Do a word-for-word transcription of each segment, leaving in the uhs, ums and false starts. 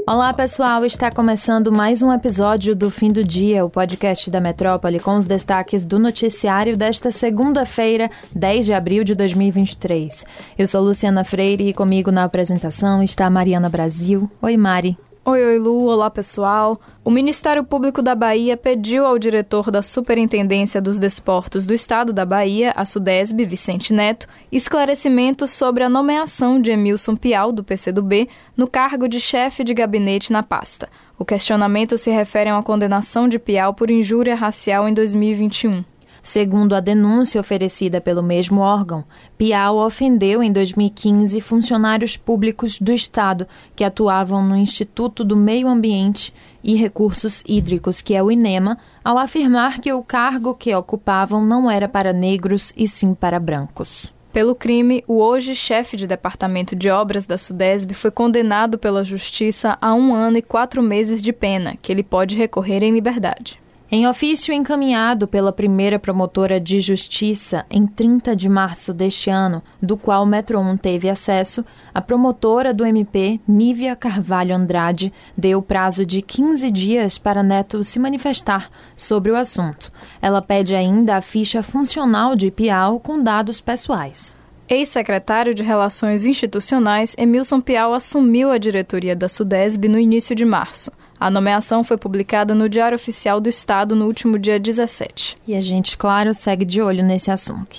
Olá pessoal, está começando mais um episódio do Fim do Dia, o podcast da Metrópole com os destaques do noticiário desta segunda-feira, dez de abril de dois mil e vinte e três. Eu sou Luciana Freire e comigo na apresentação está a Mariana Brasil. Oi Mari. Oi, oi Lu, olá pessoal. O Ministério Público da Bahia pediu ao diretor da Superintendência dos Desportos do Estado da Bahia, a SUDESB, Vicente Neto, esclarecimentos sobre a nomeação de Emilson Piau, do P C do B, no cargo de chefe de gabinete na pasta. O questionamento se refere a uma condenação de Piau por injúria racial em dois mil e vinte e um. Segundo a denúncia oferecida pelo mesmo órgão, Piau ofendeu em dois mil e quinze funcionários públicos do Estado que atuavam no Instituto do Meio Ambiente e Recursos Hídricos, que é o INEMA, ao afirmar que o cargo que ocupavam não era para negros e sim para brancos. Pelo crime, o hoje chefe de departamento de obras da SUDESB foi condenado pela Justiça a um ano e quatro meses de pena, que ele pode recorrer em liberdade. Em ofício encaminhado pela primeira promotora de justiça em trinta de março deste ano, do qual o Metro um teve acesso, a promotora do M P, Nívia Carvalho Andrade, deu prazo de quinze dias para Neto se manifestar sobre o assunto. Ela pede ainda a ficha funcional de Piau com dados pessoais. Ex-secretário de Relações Institucionais, Emilson Piau assumiu a diretoria da SUDESB no início de março. A nomeação foi publicada no Diário Oficial do Estado no último dia dezessete. E a gente, claro, segue de olho nesse assunto.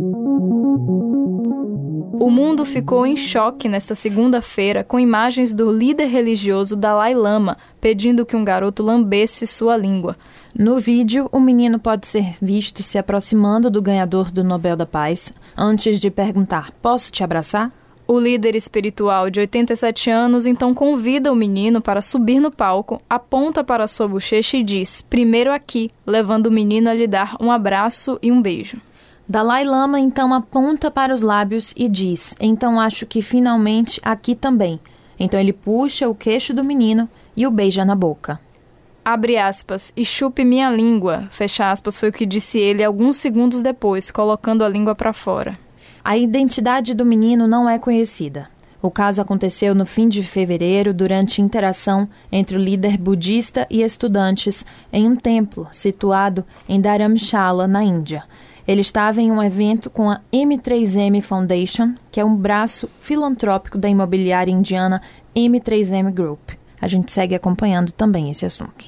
O mundo ficou em choque nesta segunda-feira com imagens do líder religioso Dalai Lama pedindo que um garoto lambesse sua língua. No vídeo, o menino pode ser visto se aproximando do ganhador do Nobel da Paz, antes de perguntar: "Posso te abraçar?" O líder espiritual de oitenta e sete anos então convida o menino para subir no palco, aponta para sua bochecha e diz: "Primeiro aqui", levando o menino a lhe dar um abraço e um beijo. Dalai Lama então aponta para os lábios e diz: "Então acho que finalmente aqui também." Então ele puxa o queixo do menino e o beija na boca. Abre aspas, "e chupe minha língua", fecha aspas, foi o que disse ele alguns segundos depois, colocando a língua para fora. A identidade do menino não é conhecida. O caso aconteceu no fim de fevereiro, durante interação entre o líder budista e estudantes em um templo situado em Dharamshala, na Índia. Ele estava em um evento com a M três M Foundation, que é um braço filantrópico da imobiliária indiana M três M Group. A gente segue acompanhando também esse assunto.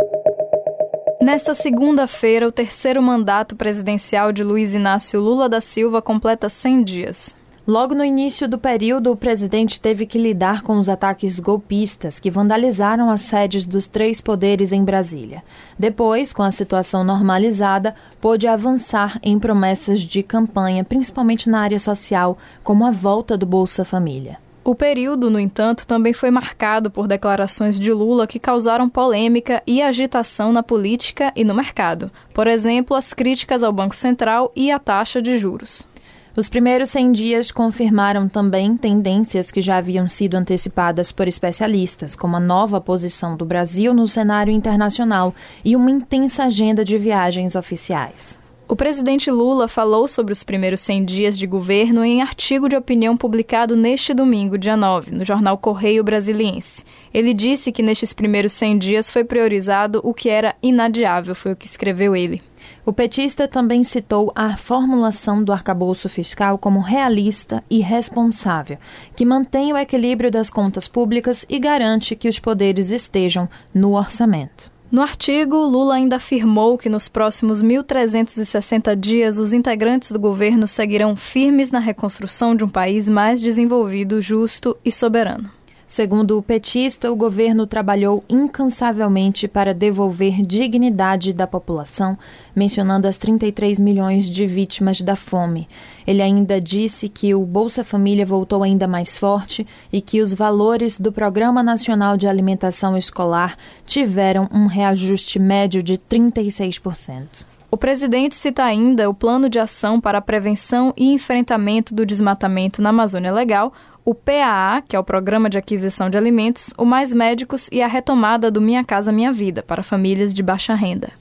Nesta segunda-feira, o terceiro mandato presidencial de Luiz Inácio Lula da Silva completa cem dias. Logo no início do período, o presidente teve que lidar com os ataques golpistas que vandalizaram as sedes dos três poderes em Brasília. Depois, com a situação normalizada, pôde avançar em promessas de campanha, principalmente na área social, como a volta do Bolsa Família. O período, no entanto, também foi marcado por declarações de Lula que causaram polêmica e agitação na política e no mercado. Por exemplo, as críticas ao Banco Central e à taxa de juros. Os primeiros cem dias confirmaram também tendências que já haviam sido antecipadas por especialistas, como a nova posição do Brasil no cenário internacional e uma intensa agenda de viagens oficiais. O presidente Lula falou sobre os primeiros cem dias de governo em artigo de opinião publicado neste domingo, dia nove, no jornal Correio Brasiliense. Ele disse que nestes primeiros cem dias foi priorizado o que era inadiável, foi o que escreveu ele. O petista também citou a formulação do arcabouço fiscal como realista e responsável, que mantém o equilíbrio das contas públicas e garante que os poderes estejam no orçamento. No artigo, Lula ainda afirmou que nos próximos mil trezentos e sessenta dias os integrantes do governo seguirão firmes na reconstrução de um país mais desenvolvido, justo e soberano. Segundo o petista, o governo trabalhou incansavelmente para devolver dignidade da população, mencionando as trinta e três milhões de vítimas da fome. Ele ainda disse que o Bolsa Família voltou ainda mais forte e que os valores do Programa Nacional de Alimentação Escolar tiveram um reajuste médio de trinta e seis por cento. O presidente cita ainda o Plano de Ação para a Prevenção e Enfrentamento do Desmatamento na Amazônia Legal, o P A A, que é o Programa de Aquisição de Alimentos, o Mais Médicos e a retomada do Minha Casa Minha Vida para famílias de baixa renda.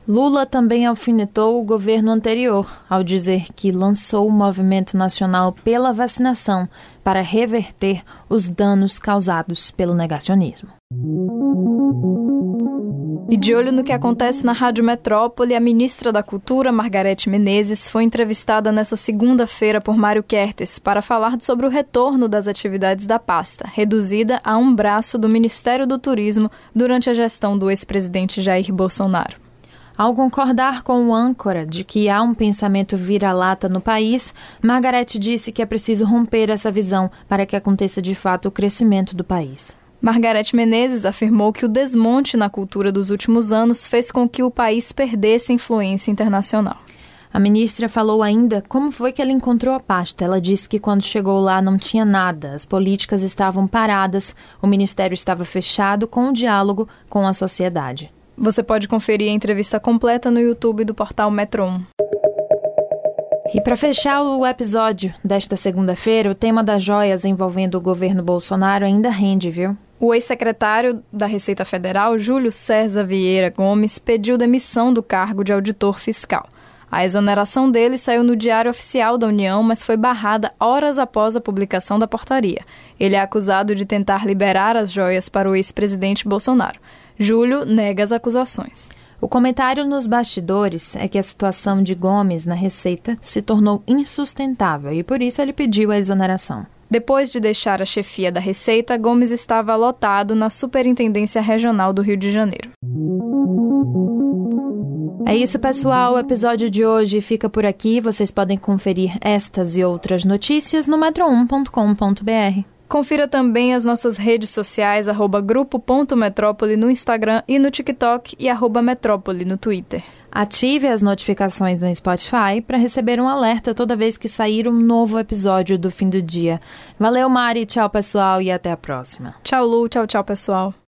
Lula também alfinetou o governo anterior ao dizer que lançou o movimento nacional pela vacinação para reverter os danos causados pelo negacionismo. E de olho no que acontece na Rádio Metrópole, a ministra da Cultura, Margareth Menezes, foi entrevistada nesta segunda-feira por Mário Kertes para falar sobre o retorno das atividades da pasta, reduzida a um braço do Ministério do Turismo durante a gestão do ex-presidente Jair Bolsonaro. Ao concordar com o âncora de que há um pensamento vira-lata no país, Margareth disse que é preciso romper essa visão para que aconteça de fato o crescimento do país. Margareth Menezes afirmou que o desmonte na cultura dos últimos anos fez com que o país perdesse influência internacional. A ministra falou ainda como foi que ela encontrou a pasta. Ela disse que quando chegou lá não tinha nada, as políticas estavam paradas, o ministério estava fechado com o diálogo com a sociedade. Você pode conferir a entrevista completa no YouTube do portal Metro um. E para fechar o episódio desta segunda-feira, o tema das joias envolvendo o governo Bolsonaro ainda rende, viu? O ex-secretário da Receita Federal, Júlio César Vieira Gomes, pediu demissão do cargo de auditor fiscal. A exoneração dele saiu no Diário Oficial da União, mas foi barrada horas após a publicação da portaria. Ele é acusado de tentar liberar as joias para o ex-presidente Bolsonaro. Júlio nega as acusações. O comentário nos bastidores é que a situação de Gomes na Receita se tornou insustentável e por isso ele pediu a exoneração. Depois de deixar a chefia da Receita, Gomes estava lotado na Superintendência Regional do Rio de Janeiro. É isso, pessoal. O episódio de hoje fica por aqui. Vocês podem conferir estas e outras notícias no metro um ponto com ponto b r. Confira também as nossas redes sociais, arroba grupo.metrópole no Instagram e no TikTok e arroba metrópole no Twitter. Ative as notificações no Spotify para receber um alerta toda vez que sair um novo episódio do Fim do Dia. Valeu, Mari, tchau, pessoal, e até a próxima. Tchau, Lu, tchau, tchau, pessoal.